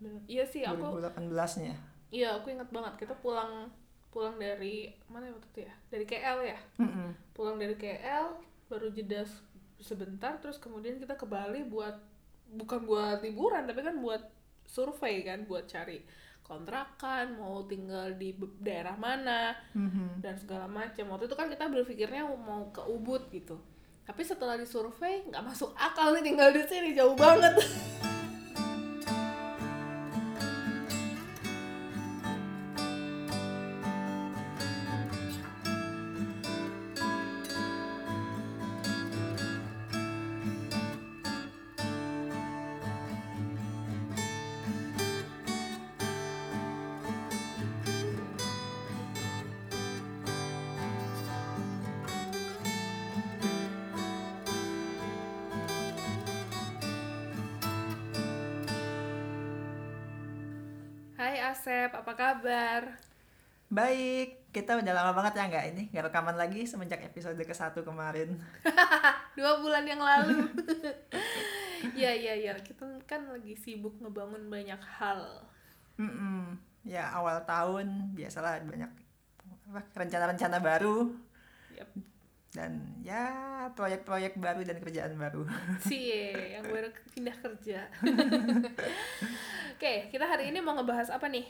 bener. Iya sih, 2018-nya. aku ingat banget kita pulang pulang dari mana ya waktu itu ya? Dari KL ya. Mm-mm. Pulang dari KL baru jeda sebentar, terus kemudian kita ke Bali bukan buat liburan tapi kan buat survei kan, buat cari kontrakan, mau tinggal di daerah mana Mhm. dan segala macam. Waktu itu kan kita berpikirnya mau ke Ubud gitu, tapi setelah disurvei nggak masuk akal nih tinggal di sini, jauh banget. Hai Asep, apa kabar? Baik, kita udah lama banget ya nggak rekaman lagi semenjak episode ke-1 kemarin. 2 bulan yang lalu. Iya iya iya, kita kan lagi sibuk ngebangun banyak hal. Mm-mm. Ya awal tahun biasalah banyak rencana-rencana baru Yap. dan ya proyek-proyek baru dan kerjaan baru. Cie, yang baru pindah kerja. Oke, kita hari ini mau ngebahas apa nih?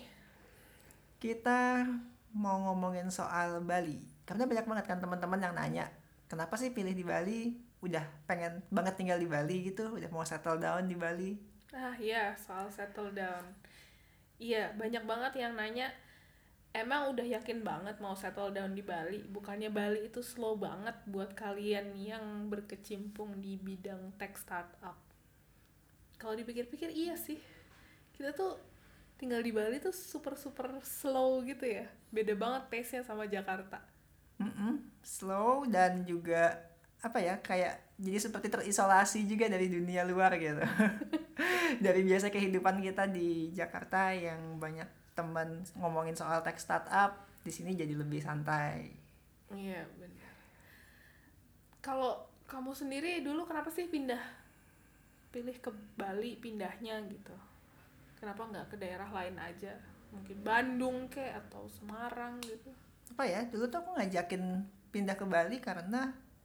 Kita mau ngomongin soal Bali. Karena banyak banget kan teman-teman yang nanya, kenapa sih pilih di Bali? Udah pengen banget tinggal di Bali gitu, udah mau settle down di Bali. Ah iya, soal settle down. Iya, banyak banget yang nanya, emang udah yakin banget mau settle down di Bali? Bukannya Bali itu slow banget buat kalian yang berkecimpung di bidang tech startup? Kalau dipikir-pikir iya sih. Kita tuh tinggal di Bali tuh super super slow gitu ya. Beda banget pace-nya sama Jakarta. Mm-mm. Slow dan juga apa ya kayak jadi seperti terisolasi juga dari dunia luar gitu. Dari biasa kehidupan kita di Jakarta yang banyak teman ngomongin soal tech startup, di sini jadi lebih santai. Iya benar. Kalau kamu sendiri dulu kenapa sih pilih ke Bali pindahnya gitu? Kenapa nggak ke daerah lain aja? Mungkin Bandung kek atau Semarang gitu? Apa ya, dulu tuh aku ngajakin pindah ke Bali karena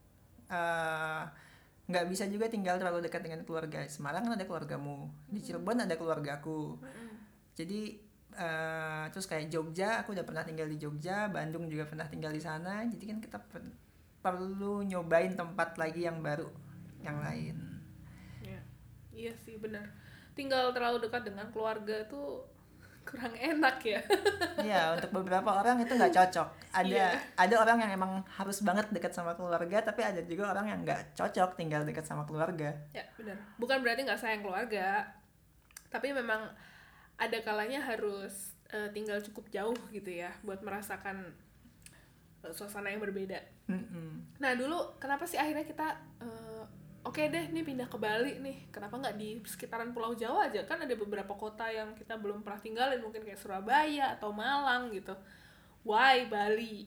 eh, nggak bisa juga tinggal terlalu dekat dengan keluarga. Semarang kan ada keluargamu, di Cirebon ada keluargaku. Jadi terus kayak Jogja, aku udah pernah tinggal di Jogja, Bandung juga pernah tinggal di sana. Jadi kan kita perlu nyobain tempat lagi yang baru, yang lain. Ya, iya sih benar. Tinggal terlalu dekat dengan keluarga tuh kurang enak ya. Ya, untuk beberapa orang itu nggak cocok. Ada Iya, ada orang yang emang harus banget dekat sama keluarga, tapi ada juga orang yang nggak cocok tinggal dekat sama keluarga. ya benar. Bukan berarti nggak sayang keluarga, tapi memang ada kalanya harus tinggal cukup jauh gitu ya buat merasakan suasana yang berbeda. Mm-mm. Nah dulu kenapa sih akhirnya kita oke deh nih pindah ke Bali nih, kenapa nggak di sekitaran Pulau Jawa aja, kan ada beberapa kota yang kita belum pernah tinggalin, mungkin kayak Surabaya atau Malang gitu. Why Bali?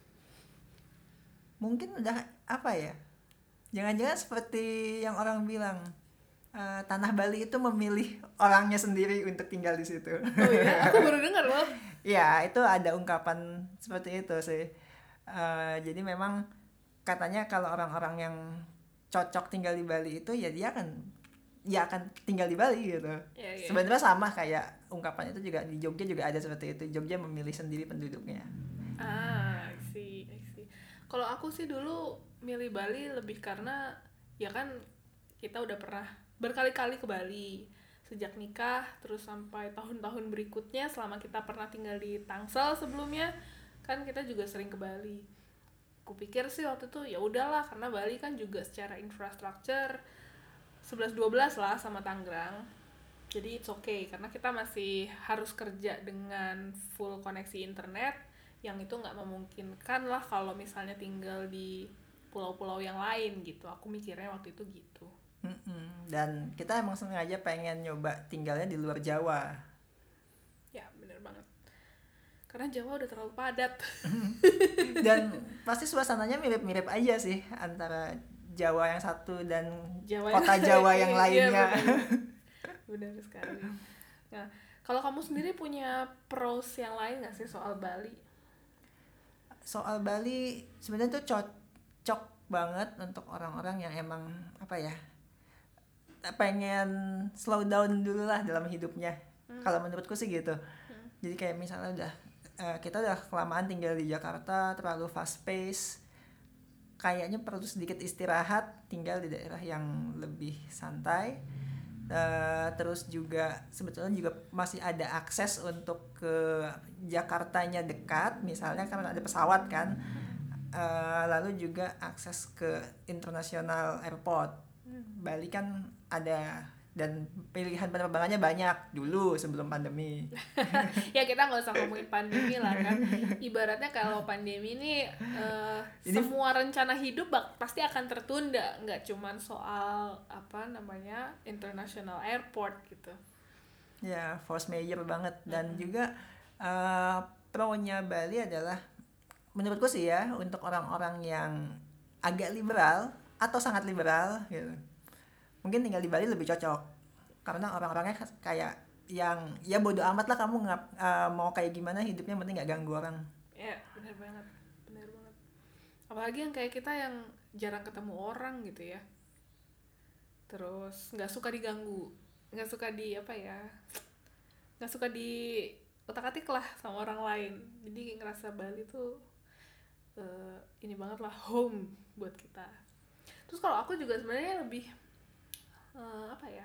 Mungkin udah apa ya? Jangan-jangan seperti yang orang bilang, tanah Bali itu memilih orangnya sendiri untuk tinggal di situ. Oh ya, aku baru dengar loh. Ya, itu ada ungkapan seperti itu sih. Jadi memang katanya kalau orang-orang yang cocok tinggal di Bali itu ya dia akan tinggal di Bali gitu. Ya ya. Sebenarnya sama kayak ungkapan itu juga di Jogja juga ada seperti itu. Jogja memilih sendiri penduduknya. I see, I see. Kalau aku sih dulu milih Bali lebih karena ya kan kita udah pernah berkali-kali ke Bali sejak nikah, terus sampai tahun-tahun berikutnya selama kita pernah tinggal di Tangsel sebelumnya kan kita juga sering ke Bali. Kupikir sih waktu itu ya udahlah karena Bali kan juga secara infrastruktur 11-12 lah sama Tangerang. Jadi it's okay karena kita masih harus kerja dengan full koneksi internet yang itu nggak memungkinkan lah kalau misalnya tinggal di pulau-pulau yang lain gitu. Aku mikirnya waktu itu gitu. Mm-mm. Dan kita emang sengaja pengen nyoba tinggalnya di luar Jawa. Ya bener banget. Karena Jawa udah terlalu padat. Dan pasti suasananya mirip-mirip aja sih antara Jawa yang satu dan Jawa kota Jawa yang iya lainnya. bener, bener sekali. Nah Kalau kamu sendiri punya pros yang lain nggak sih soal Bali? Soal Bali sebenarnya tuh cocok banget untuk orang-orang yang emang apa ya, pengen slow down dulu lah dalam hidupnya. Kalau menurutku sih gitu. Jadi kayak misalnya udah kita udah kelamaan tinggal di Jakarta, terlalu fast pace, kayaknya perlu sedikit istirahat, tinggal di daerah yang lebih santai. Terus juga sebetulnya juga masih ada akses untuk ke Jakartanya dekat, misalnya karena ada pesawat kan. Lalu juga akses ke international airport. Bali kan ada, dan pilihan penerbangannya banyak dulu sebelum pandemi. Ya kita nggak usah ngomongin pandemi lah kan. Ibaratnya kalau pandemi ini Ini semua rencana hidup pasti akan tertunda, nggak cuman soal apa namanya international airport gitu. ya force major banget. Dan juga pro-nya Bali adalah menurutku sih ya, untuk orang-orang yang agak liberal atau sangat liberal gitu, mungkin tinggal di Bali lebih cocok karena orang-orangnya kayak yang ya bodo amat lah kamu mau kayak gimana hidupnya, penting nggak ganggu orang. Ya benar banget, benar banget. Apalagi yang kayak kita yang jarang ketemu orang gitu ya. Terus nggak suka diganggu, nggak suka di apa ya, nggak suka di otak-atik lah sama orang lain. Jadi ngerasa Bali tuh ini banget lah, home buat kita. Terus kalau aku juga sebenarnya lebih apa ya,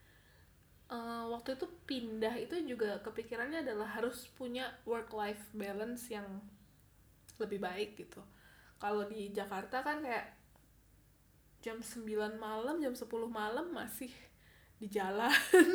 waktu itu pindah itu juga kepikirannya adalah harus punya work life balance yang lebih baik gitu. Kalau di Jakarta kan kayak jam 9 malam, jam 10 malam masih di jalan.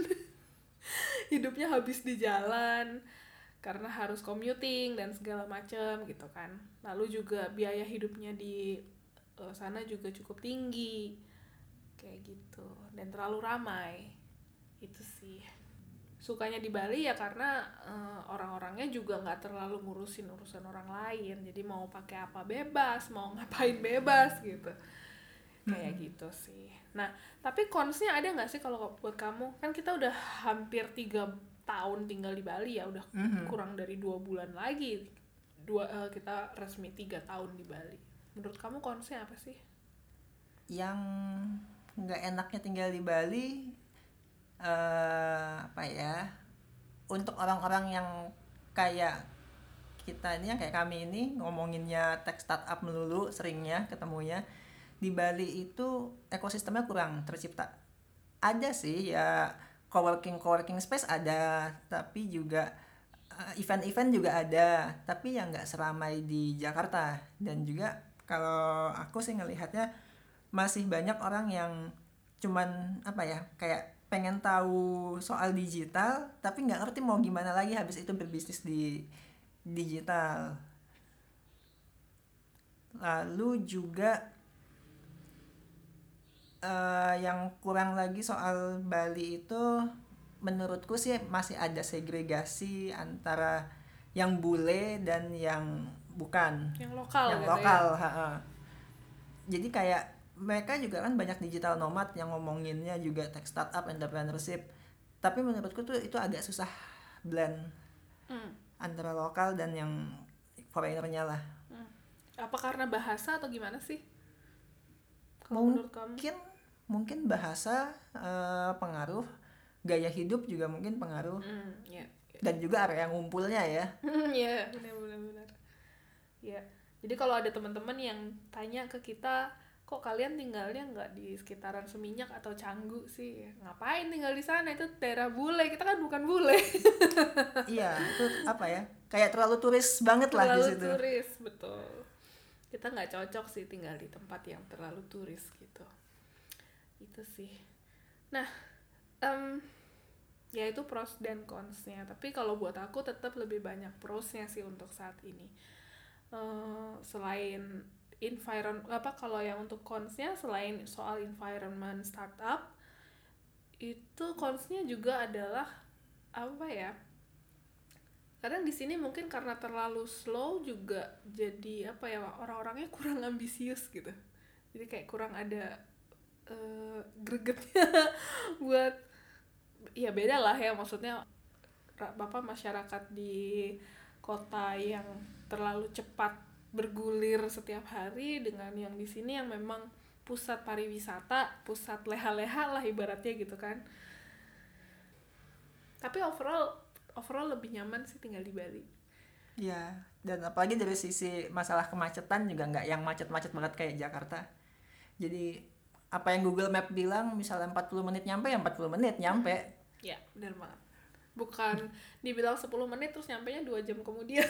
Hidupnya habis di jalan karena harus commuting dan segala macam gitu kan. Lalu juga biaya hidupnya di sana juga cukup tinggi kayak gitu, dan terlalu ramai. Itu sih sukanya di Bali ya, karena orang-orangnya juga nggak terlalu ngurusin urusan orang lain, jadi mau pakai apa bebas, mau ngapain bebas gitu, kayak gitu sih. Nah tapi consnya ada nggak sih kalau buat kamu? Kan kita udah hampir 3 tahun tinggal di Bali ya, udah kurang dari 2 bulan lagi kita resmi 3 tahun di Bali. Menurut kamu consnya apa sih? Yang nggak enaknya tinggal di Bali apa ya, untuk orang-orang yang kayak kita ini, yang kayak kami ini ngomonginnya tech startup melulu seringnya ketemunya, di Bali itu ekosistemnya kurang tercipta. Ada sih ya, coworking space ada, tapi juga event-event juga ada, tapi yang nggak seramai di Jakarta. Dan juga kalau aku sih ngelihatnya masih banyak orang yang cuman apa ya, kayak pengen tahu soal digital tapi nggak ngerti mau gimana lagi habis itu berbisnis di digital. Lalu juga yang kurang lagi soal Bali itu menurutku sih masih ada segregasi antara yang bule dan yang bukan, Yang lokal yang gitu lokal. ya. Jadi kayak mereka juga kan banyak digital nomad yang ngomonginnya juga tech startup entrepreneurship, tapi menurutku tuh itu agak susah blend antara lokal dan yang foreignernya lah. Apa karena bahasa atau gimana sih kalau menurut kamu? Mungkin bahasa pengaruh, gaya hidup juga mungkin pengaruh, Ya. dan juga area ngumpulnya ya. Ya benar. Ya, jadi kalau ada teman-teman yang tanya ke kita, kok kalian tinggalnya nggak di sekitaran Seminyak atau Canggu sih? Ngapain tinggal di sana? Itu daerah bule, kita kan bukan bule. Iya, itu apa ya, kayak terlalu turis banget lah di Terlalu situ. turis, betul. Kita nggak cocok sih tinggal di tempat yang terlalu turis gitu. Itu sih. Nah, ya itu pros dan consnya. Tapi kalau buat aku tetap lebih banyak prosnya sih untuk saat ini. Selain kalau yang untuk consnya, selain soal environment startup, itu consnya juga adalah apa ya, kadang di sini mungkin karena terlalu slow juga jadi apa ya, orang-orangnya kurang ambisius gitu, jadi kayak kurang ada gregetnya buat, ya beda lah ya, maksudnya masyarakat di kota yang terlalu cepat bergulir setiap hari dengan yang di sini yang memang pusat pariwisata, pusat leha-leha lah ibaratnya gitu kan. Tapi overall lebih nyaman sih tinggal di Bali. Ya, dan apalagi dari sisi masalah kemacetan juga nggak yang macet-macet banget kayak Jakarta. Jadi apa yang Google Map bilang misalnya 40 menit nyampe, ya 40 menit nyampe. Ya, benar banget. Bukan dibilang 10 menit terus nyampenya 2 jam kemudian.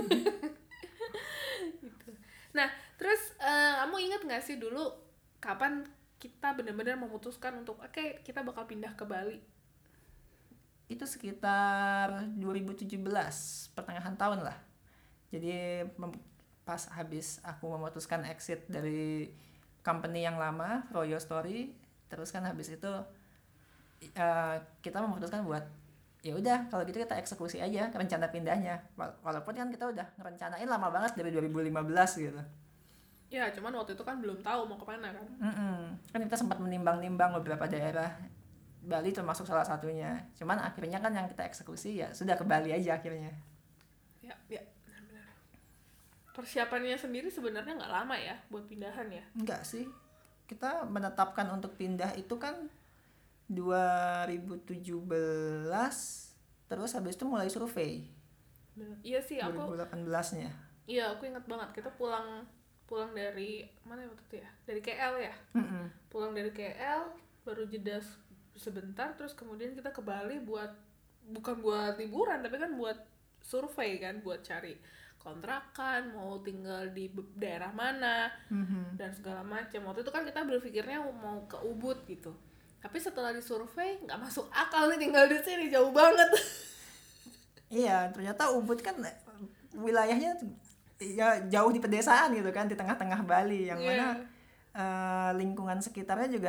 Gitu. Nah, terus kamu ingat nggak sih dulu kapan kita benar-benar memutuskan untuk oke, kita bakal pindah ke Bali? Itu sekitar 2017, pertengahan tahun lah. Jadi pas habis aku memutuskan exit dari company yang lama, Royo Story, terus kan habis itu kita memutuskan buat ya udah kalau gitu kita eksekusi aja rencana pindahnya. Walaupun kan kita udah ngerencanain lama banget dari 2015 gitu. Ya, cuman waktu itu kan belum tahu mau kemana kan. Kan kita sempat menimbang-nimbang beberapa daerah, Bali termasuk salah satunya. Cuman akhirnya kan yang kita eksekusi ya sudah ke Bali aja akhirnya. Ya, benar-benar. Persiapannya sendiri sebenarnya nggak lama ya buat pindahan ya? Enggak sih. Kita menetapkan untuk pindah itu kan 2017, terus habis itu mulai survei. Bener. Iya sih, 2018-nya. Iya, aku ingat banget kita pulang dari mana ya waktu itu ya? Dari KL ya? Pulang dari KL, baru jeda sebentar, terus kemudian kita ke Bali bukan buat liburan, tapi kan buat survei kan, buat cari kontrakan, mau tinggal di daerah mana, dan segala macam. Waktu itu kan kita berpikirnya mau ke Ubud gitu. Tapi setelah disurvei, nggak masuk akal nih tinggal di sini, jauh banget. Iya, ternyata Ubud kan wilayahnya ya jauh di pedesaan gitu kan, di tengah-tengah Bali yang mana lingkungan sekitarnya juga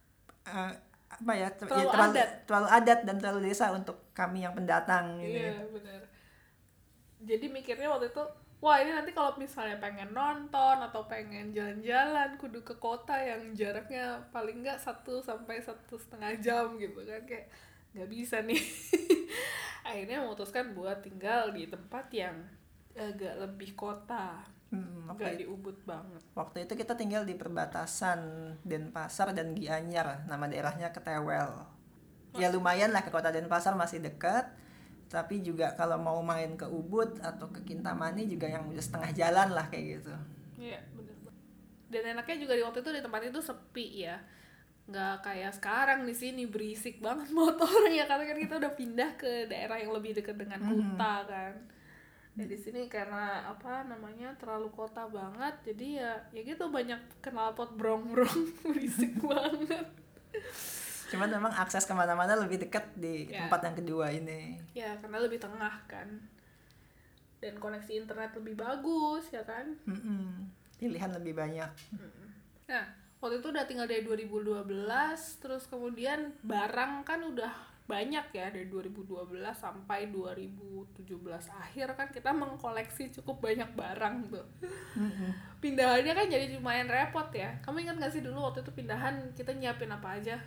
terlalu adat dan terlalu desa untuk kami yang pendatang gitu. Iya, benar. Jadi mikirnya waktu itu, wah ini nanti kalau misalnya pengen nonton atau pengen jalan-jalan kudu ke kota yang jaraknya paling nggak 1 sampai 1,5 jam gitu kan, kayak nggak bisa nih. Akhirnya memutuskan buat tinggal di tempat yang agak lebih kota, nggak di Ubud banget. Waktu itu kita tinggal di perbatasan Denpasar dan Gianyar, nama daerahnya Ketewel. Ya lumayan lah, ke kota Denpasar masih dekat, tapi juga kalau mau main ke Ubud atau ke Kintamani juga yang udah setengah jalan lah kayak gitu. Iya, bener. Dan enaknya juga di waktu itu di tempat itu sepi ya, nggak kayak sekarang di sini berisik banget motornya, karena kan kita udah pindah ke daerah yang lebih dekat dengan kota kan. Ya di sini karena terlalu kota banget, jadi ya gitu banyak knalpot brong-brong berisik banget. Cuman memang akses kemana-mana lebih dekat di tempat yang kedua ini. Ya karena lebih tengah kan, dan koneksi internet lebih bagus ya kan. Pilihan lebih banyak. Nah waktu itu udah tinggal dari 2012, terus kemudian barang kan udah banyak ya dari 2012 sampai 2017 akhir kan kita mengkoleksi cukup banyak barang tuh. Pindahannya kan jadi lumayan repot ya. Kamu ingat gak sih dulu waktu itu pindahan kita nyiapin apa aja?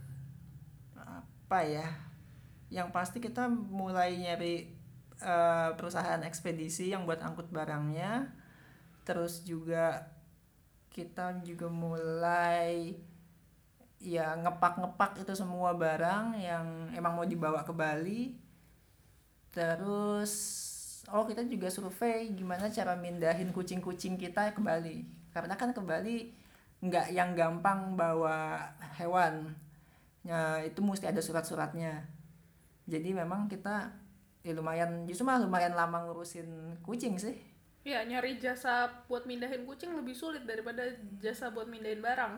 Apa ya? Yang pasti kita mulai nyari perusahaan ekspedisi yang buat angkut barangnya. Terus juga kita juga mulai ya ngepak itu semua barang yang emang mau dibawa ke Bali. Terus kita juga survei gimana cara mindahin kucing-kucing kita ke Bali, karena kan ke Bali nggak yang gampang bawa hewan ya, itu mesti ada surat-suratnya. Jadi memang kita lumayan lama ngurusin kucing sih. Ya, nyari jasa buat mindahin kucing lebih sulit daripada jasa buat mindahin barang.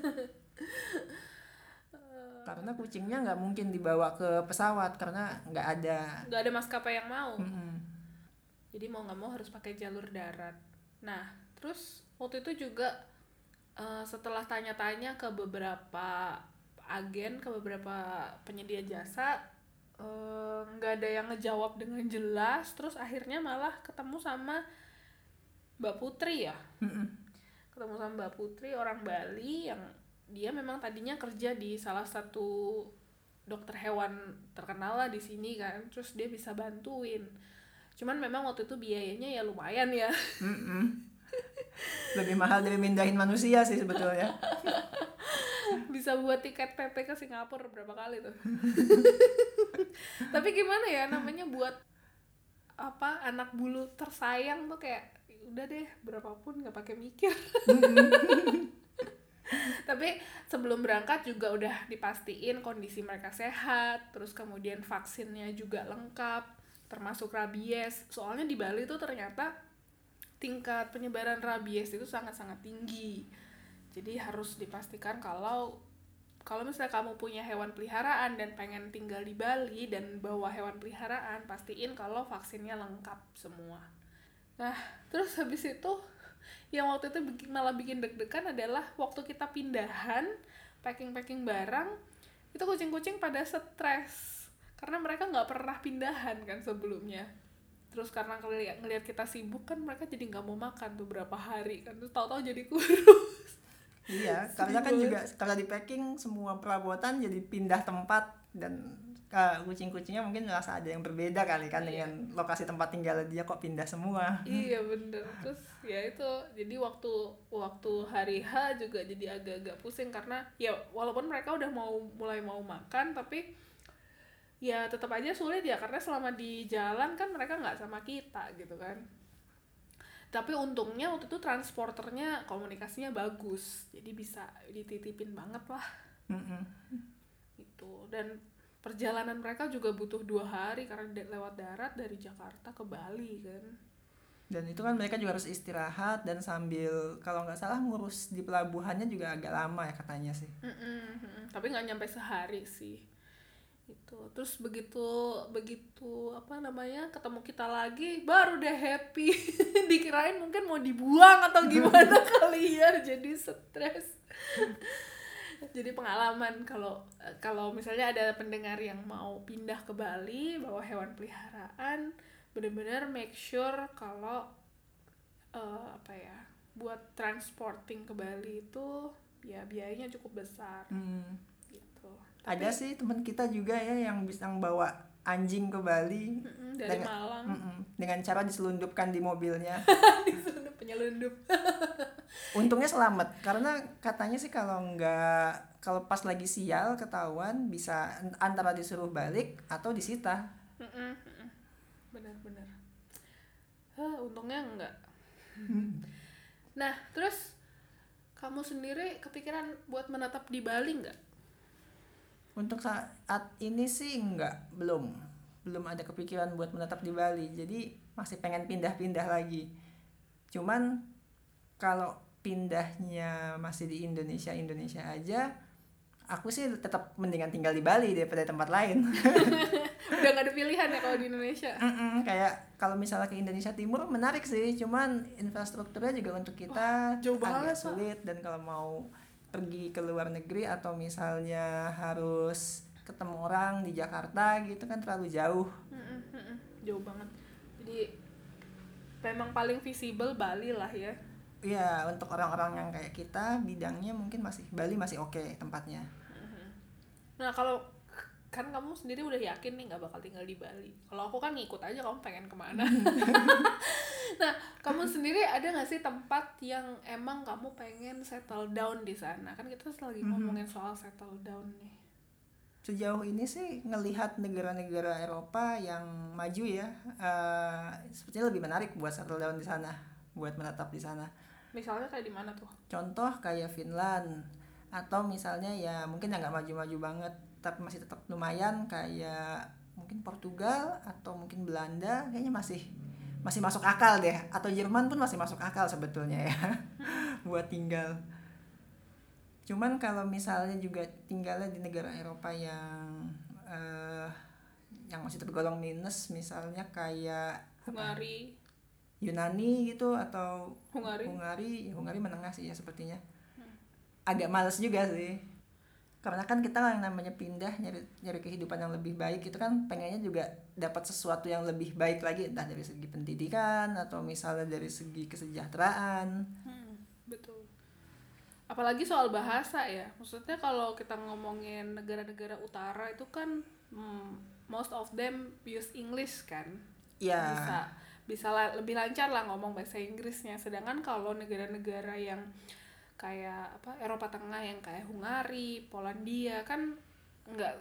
Karena kucingnya nggak mungkin dibawa ke pesawat karena nggak ada maskapai yang mau. Jadi mau nggak mau harus pakai jalur darat. Nah terus waktu itu juga setelah tanya-tanya ke beberapa agen, ke beberapa penyedia jasa, nggak ada yang ngejawab dengan jelas. Terus akhirnya malah ketemu sama Mbak Putri ya. Ketemu sama Mbak Putri, orang Bali yang dia memang tadinya kerja di salah satu dokter hewan terkenal lah di sini kan, terus dia bisa bantuin. Cuman memang waktu itu biayanya ya lumayan ya. Lebih mahal dari mindahin manusia sih sebetulnya. Bisa buat tiket PP ke Singapura berapa kali tuh. Tapi gimana ya namanya, buat apa, anak bulu tersayang tuh kayak udah deh berapapun nggak pakai mikir. Tapi sebelum berangkat juga udah dipastiin kondisi mereka sehat, terus kemudian vaksinnya juga lengkap, termasuk rabies. Soalnya di Bali tuh ternyata tingkat penyebaran rabies itu sangat-sangat tinggi. Jadi harus dipastikan kalau misalnya kamu punya hewan peliharaan dan pengen tinggal di Bali dan bawa hewan peliharaan, pastiin kalau vaksinnya lengkap semua. Nah, terus habis itu yang waktu itu malah bikin deg-degan adalah waktu kita pindahan, packing barang, itu kucing-kucing pada stres karena mereka nggak pernah pindahan kan sebelumnya. Terus karena ngelihat kita sibuk kan, mereka jadi nggak mau makan tuh berapa hari kan, terus tahu-tahu jadi kurus. Iya, karena kan juga kalau di packing semua perabotan jadi pindah tempat, dan kucing-kucingnya mungkin merasa ada yang berbeda kali kan dengan lokasi tempat tinggal dia, kok pindah semua. Iya bener. Terus ya itu, jadi waktu hari H juga jadi agak-agak pusing karena ya walaupun mereka udah mulai mau makan, tapi ya tetap aja sulit ya karena selama di jalan kan mereka nggak sama kita gitu kan. Tapi untungnya waktu itu transporternya komunikasinya bagus, jadi bisa dititipin banget lah. Gitu. Dan perjalanan mereka juga butuh 2 hari karena lewat darat dari Jakarta ke Bali kan. Dan itu kan mereka juga harus istirahat, dan sambil kalau nggak salah ngurus di pelabuhannya juga agak lama ya katanya sih. Tapi nggak nyampe sehari sih itu. Terus begitu apa namanya, ketemu kita lagi baru deh happy. Dikirain mungkin mau dibuang atau gimana kali ya, jadi stres. Jadi pengalaman kalau misalnya ada pendengar yang mau pindah ke Bali bawa hewan peliharaan, benar-benar make sure kalau apa ya, buat transporting ke Bali itu ya biayanya cukup besar. Gitu. Ada sih teman kita juga ya yang bisa bawa anjing ke Bali dari Malang. Dengan cara diselundupkan di mobilnya. Diselundup, penyelundup. Untungnya selamat, karena katanya sih kalau pas lagi sial ketahuan bisa antara disuruh balik atau disita. Benar-benar. Untungnya enggak. Nah, terus kamu sendiri kepikiran buat menetap di Bali enggak? Untuk saat ini sih belum ada kepikiran buat menetap di Bali, jadi masih pengen pindah-pindah lagi. Cuman kalau pindahnya masih di Indonesia aja, aku sih tetap mendingan tinggal di Bali daripada tempat lain. Udah gak ada pilihan ya kalau di Indonesia. Kayak kalau misalnya ke Indonesia Timur menarik sih, cuman infrastrukturnya juga untuk kita jauh banget, agak sulit. Dan kalau mau pergi ke luar negeri atau misalnya harus ketemu orang di Jakarta gitu kan terlalu jauh. Jauh banget. Jadi memang paling visible Bali lah ya. Iya, untuk orang-orang yang kayak kita bidangnya mungkin Bali masih oke tempatnya. Nah, kalau kan kamu sendiri udah yakin nih nggak bakal tinggal di Bali. Kalau aku kan ngikut aja kamu pengen kemana. Nah, kamu sendiri ada nggak sih tempat yang emang kamu pengen settle down di sana? Kan kita lagi ngomongin soal settle down nih. Sejauh ini sih ngelihat negara-negara Eropa yang maju ya, sepertinya lebih menarik buat settle down di sana, buat menetap di sana. Misalnya kayak di mana tuh? Contoh kayak Finland, atau misalnya ya mungkin nggak maju-maju banget tapi masih tetap lumayan kayak mungkin Portugal atau mungkin Belanda, kayaknya masih masuk akal deh, atau Jerman pun masih masuk akal sebetulnya ya buat tinggal. Cuman kalau misalnya juga tinggalnya di negara Eropa yang masih tergolong minus, misalnya kayak Hungari, Yunani gitu, atau Hungari menengah sih ya sepertinya. Agak males juga sih, karena kan kita yang namanya pindah nyari kehidupan yang lebih baik itu kan pengennya juga dapat sesuatu yang lebih baik lagi, entah dari segi pendidikan atau misalnya dari segi kesejahteraan. Betul. apalagi soal bahasa ya, maksudnya kalau kita ngomongin negara-negara utara itu kan most of them use English kan, Ya, bisa lebih lancar lah ngomong bahasa Inggrisnya. Sedangkan kalau negara-negara yang kayak apa Eropa Tengah yang kayak Hungari, Polandia kan nggak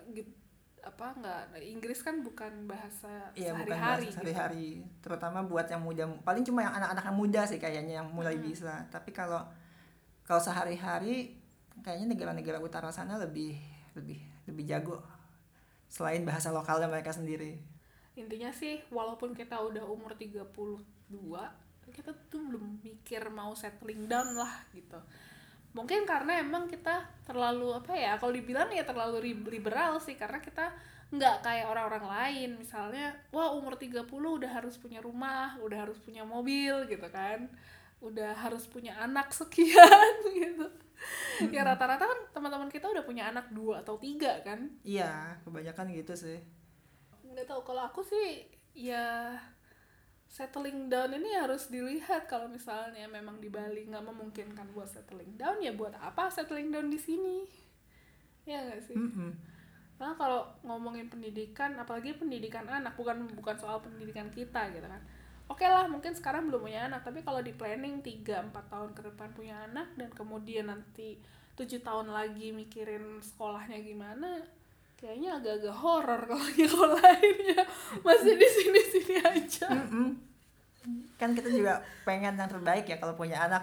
nggak Inggris kan bukan bahasa iya bukan sehari-hari bahasa gitu. sehari-hari, terutama buat yang muda, paling cuma yang anak-anak yang muda sih kayaknya yang mulai bisa. Tapi kalau kalau sehari-hari kayaknya negara-negara utara sana lebih lebih lebih jago selain bahasa lokalnya mereka sendiri. Intinya sih walaupun kita udah umur 32, kita tuh belum mikir mau settling down lah gitu. Mungkin karena emang kita terlalu apa ya, kalau dibilang ya terlalu liberal sih, karena kita nggak kayak orang-orang lain. Misalnya, wah umur 30 udah harus punya rumah, udah harus punya mobil gitu kan, udah harus punya anak sekian gitu. Ya rata-rata kan teman-teman kita udah punya anak 2 atau 3 kan. Iya, kebanyakan gitu sih. Nggak tahu, kalau aku sih ya settling down ini harus dilihat. Kalau misalnya memang di Bali nggak memungkinkan buat settling down, ya buat apa settling down di sini, ya nggak sih? Nah kalau ngomongin pendidikan, apalagi pendidikan anak, bukan soal pendidikan kita gitu kan. Oke lah, mungkin sekarang belum punya anak, tapi kalau di planning 3-4 tahun ke depan punya anak, dan kemudian nanti 7 tahun lagi mikirin sekolahnya gimana, kayaknya agak-agak horor kalau lainnya masih di sini-sini aja. Kan kita juga pengen yang terbaik ya kalau punya anak.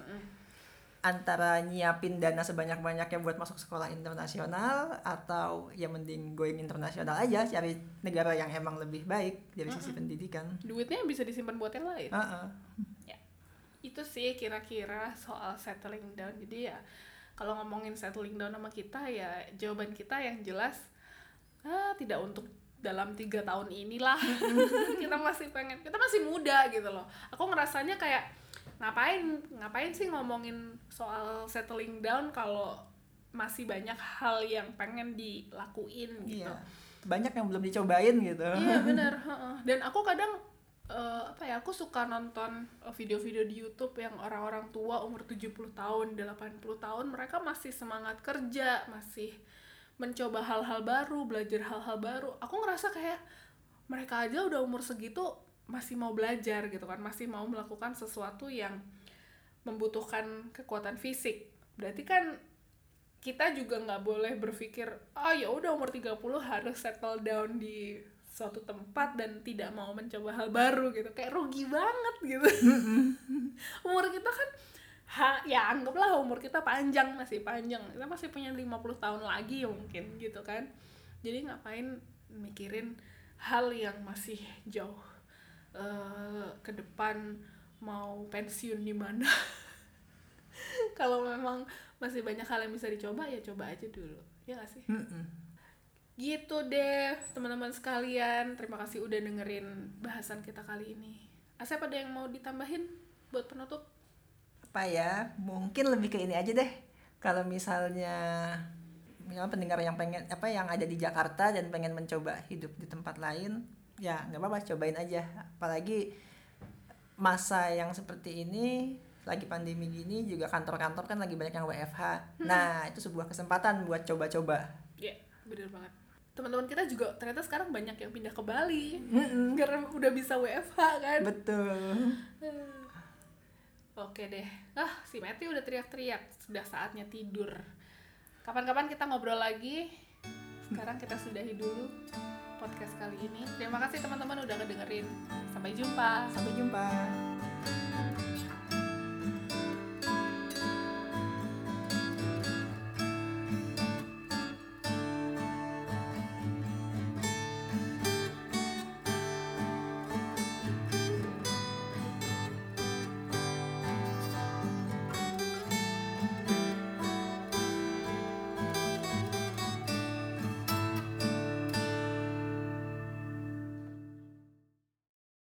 Antara nyiapin dana sebanyak-banyaknya buat masuk sekolah internasional, atau ya mending going internasional aja, cari negara yang emang lebih baik dari sisi pendidikan. Duitnya bisa disimpan buat yang lain. Uh-uh. Ya, itu sih kira-kira soal settling down. Jadi ya kalau ngomongin settling down sama kita, ya jawaban kita yang jelas tidak untuk dalam 3 tahun inilah. kita masih muda gitu loh. Aku ngerasanya kayak ngapain sih ngomongin soal settling down kalau masih banyak hal yang pengen dilakuin gitu. Iya. Banyak yang belum dicobain gitu. Iya benar. Dan aku kadang aku suka nonton video-video di YouTube yang orang-orang tua umur 70 tahun, 80 tahun, mereka masih semangat kerja, masih mencoba hal-hal baru, belajar hal-hal baru. Aku ngerasa kayak mereka aja udah umur segitu masih mau belajar gitu kan, masih mau melakukan sesuatu yang membutuhkan kekuatan fisik. Berarti kan kita juga nggak boleh berpikir ya udah umur 30 harus settle down di suatu tempat dan tidak mau mencoba hal baru gitu, kayak rugi banget gitu. Umur kita kan ya anggaplah umur kita masih panjang, kita masih punya 50 tahun lagi mungkin gitu kan. Jadi ngapain mikirin hal yang masih jauh ke depan, mau pensiun di mana. Kalau memang masih banyak hal yang bisa dicoba, ya coba aja dulu, ya gak sih? Gitu deh teman-teman sekalian, terima kasih udah dengerin bahasan kita kali ini. Asep, ada yang mau ditambahin buat penutup? Apa ya, mungkin lebih ke ini aja deh. Kalau misalnya pendengar yang pengen yang ada di Jakarta dan pengen mencoba hidup di tempat lain, ya nggak apa-apa, cobain aja. Apalagi masa yang seperti ini, lagi pandemi gini, juga kantor-kantor kan lagi banyak yang WFH. Nah itu sebuah kesempatan buat coba-coba. Iya, bener banget. Teman-teman kita juga ternyata sekarang banyak yang pindah ke Bali karena udah bisa WFH kan. Betul. Oke deh. Si Meti udah teriak-teriak, sudah saatnya tidur. Kapan-kapan kita ngobrol lagi. Sekarang kita sudahi dulu podcast kali ini. Terima kasih teman-teman udah ngedengerin. Sampai jumpa. Sampai jumpa.